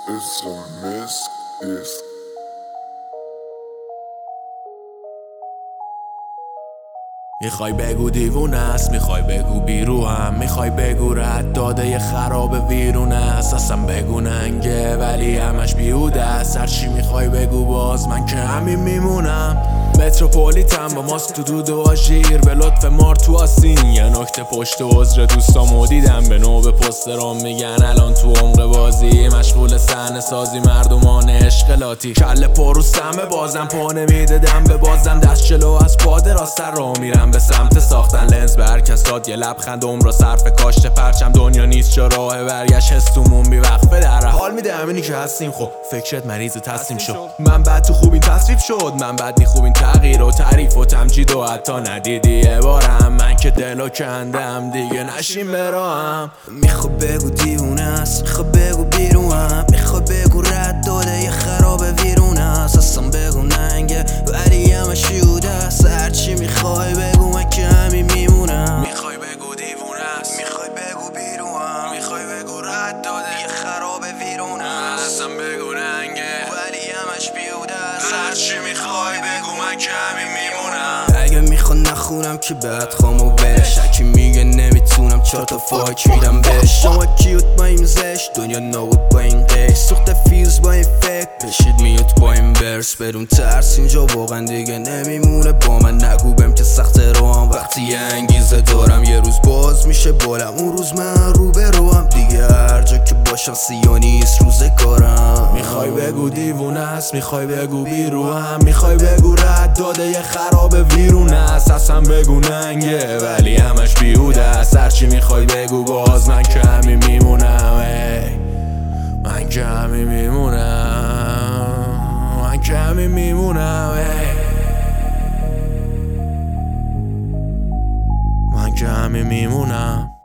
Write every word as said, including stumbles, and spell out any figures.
It's a miss, it's میخوای بگو دیوونه است، میخوای بگو بیروهم، میخوای بگو رد داده یه خراب ویرونه است. اصلا بگو ننگه ولی همش بیهوده است. هرچی میخوای بگو باز من که همین میمونم. متروپولیتم با ماسک تو دود و آژیر، به لطف مار تو آسین. یه نکته پشت عذر دوستامو دیدم به نوبه پسترام میگن الان تو عمق بازی، مشغول صحنه سازی مردمان اشغالاتی. کله پر رو سمه بازم پا نمیدادم به بازم دست جلو از پاد راستر را میرم به سمت ساختن لنز به هر کس داد یه لبخند عمر را صرف کاشت پرچم. دنیا نیست چه راه برگشت هستومون بی وقفه در حال میده همینی که هستیم. خب فکرت مریض و تسلیم شد. من بعد تو خوب این تصریف شد، من بعد نی خوب این تغییر و تعریف و تمجید و حتی ندیدی یه بارم. من که دلو کندم دیگه نشیم براهم. میخوا بگو دیوونه است، میخوا بگو بیرونم، میخوا بگو رد داده یه خراب ویرونه است. اصلا بگو ننگه ولی همش بیهوده است. هرچی میخوای بگو من که همین میمونم. میخوای بگو دیوونه است، میخوای بگو بیرونم، میخوای بگو رد داده یه خراب ویرونه است. اصلا بگو ننگه ولی همش بیهوده است. هرچی میخوای بگو من که همین میمونم. اگه میخوان نخونم که بعد خوامو برش، هرکی میگه نمیتونم چهار تا فاک میدم بهش. شما کیوت با این زش، دنیا نابود با این قیش، سوخت فیوز با این فکر بشید میوت با این برس. بدون ترس اینجا واقعا دیگه نمیمونه با من. نگو بهم که سخت رو هم وقتی یه انگیزه دارم. یه روز باز میشه بالم، اون روز من رو به رو هم دیگه. هر جا که باشم سیا نیست روزگارم. میخوای بگو دیوونه است، میخوای بگو بیروهم، میخوای بگو رد داده یه خراب ویرونه است. اصلا بگو ننگه ولی همش بیهوده است. هرچی میخوای بگو باز من که همین میمونم. ای من که همین میمونم، من که همین میمونم. ای من که همین میمونم.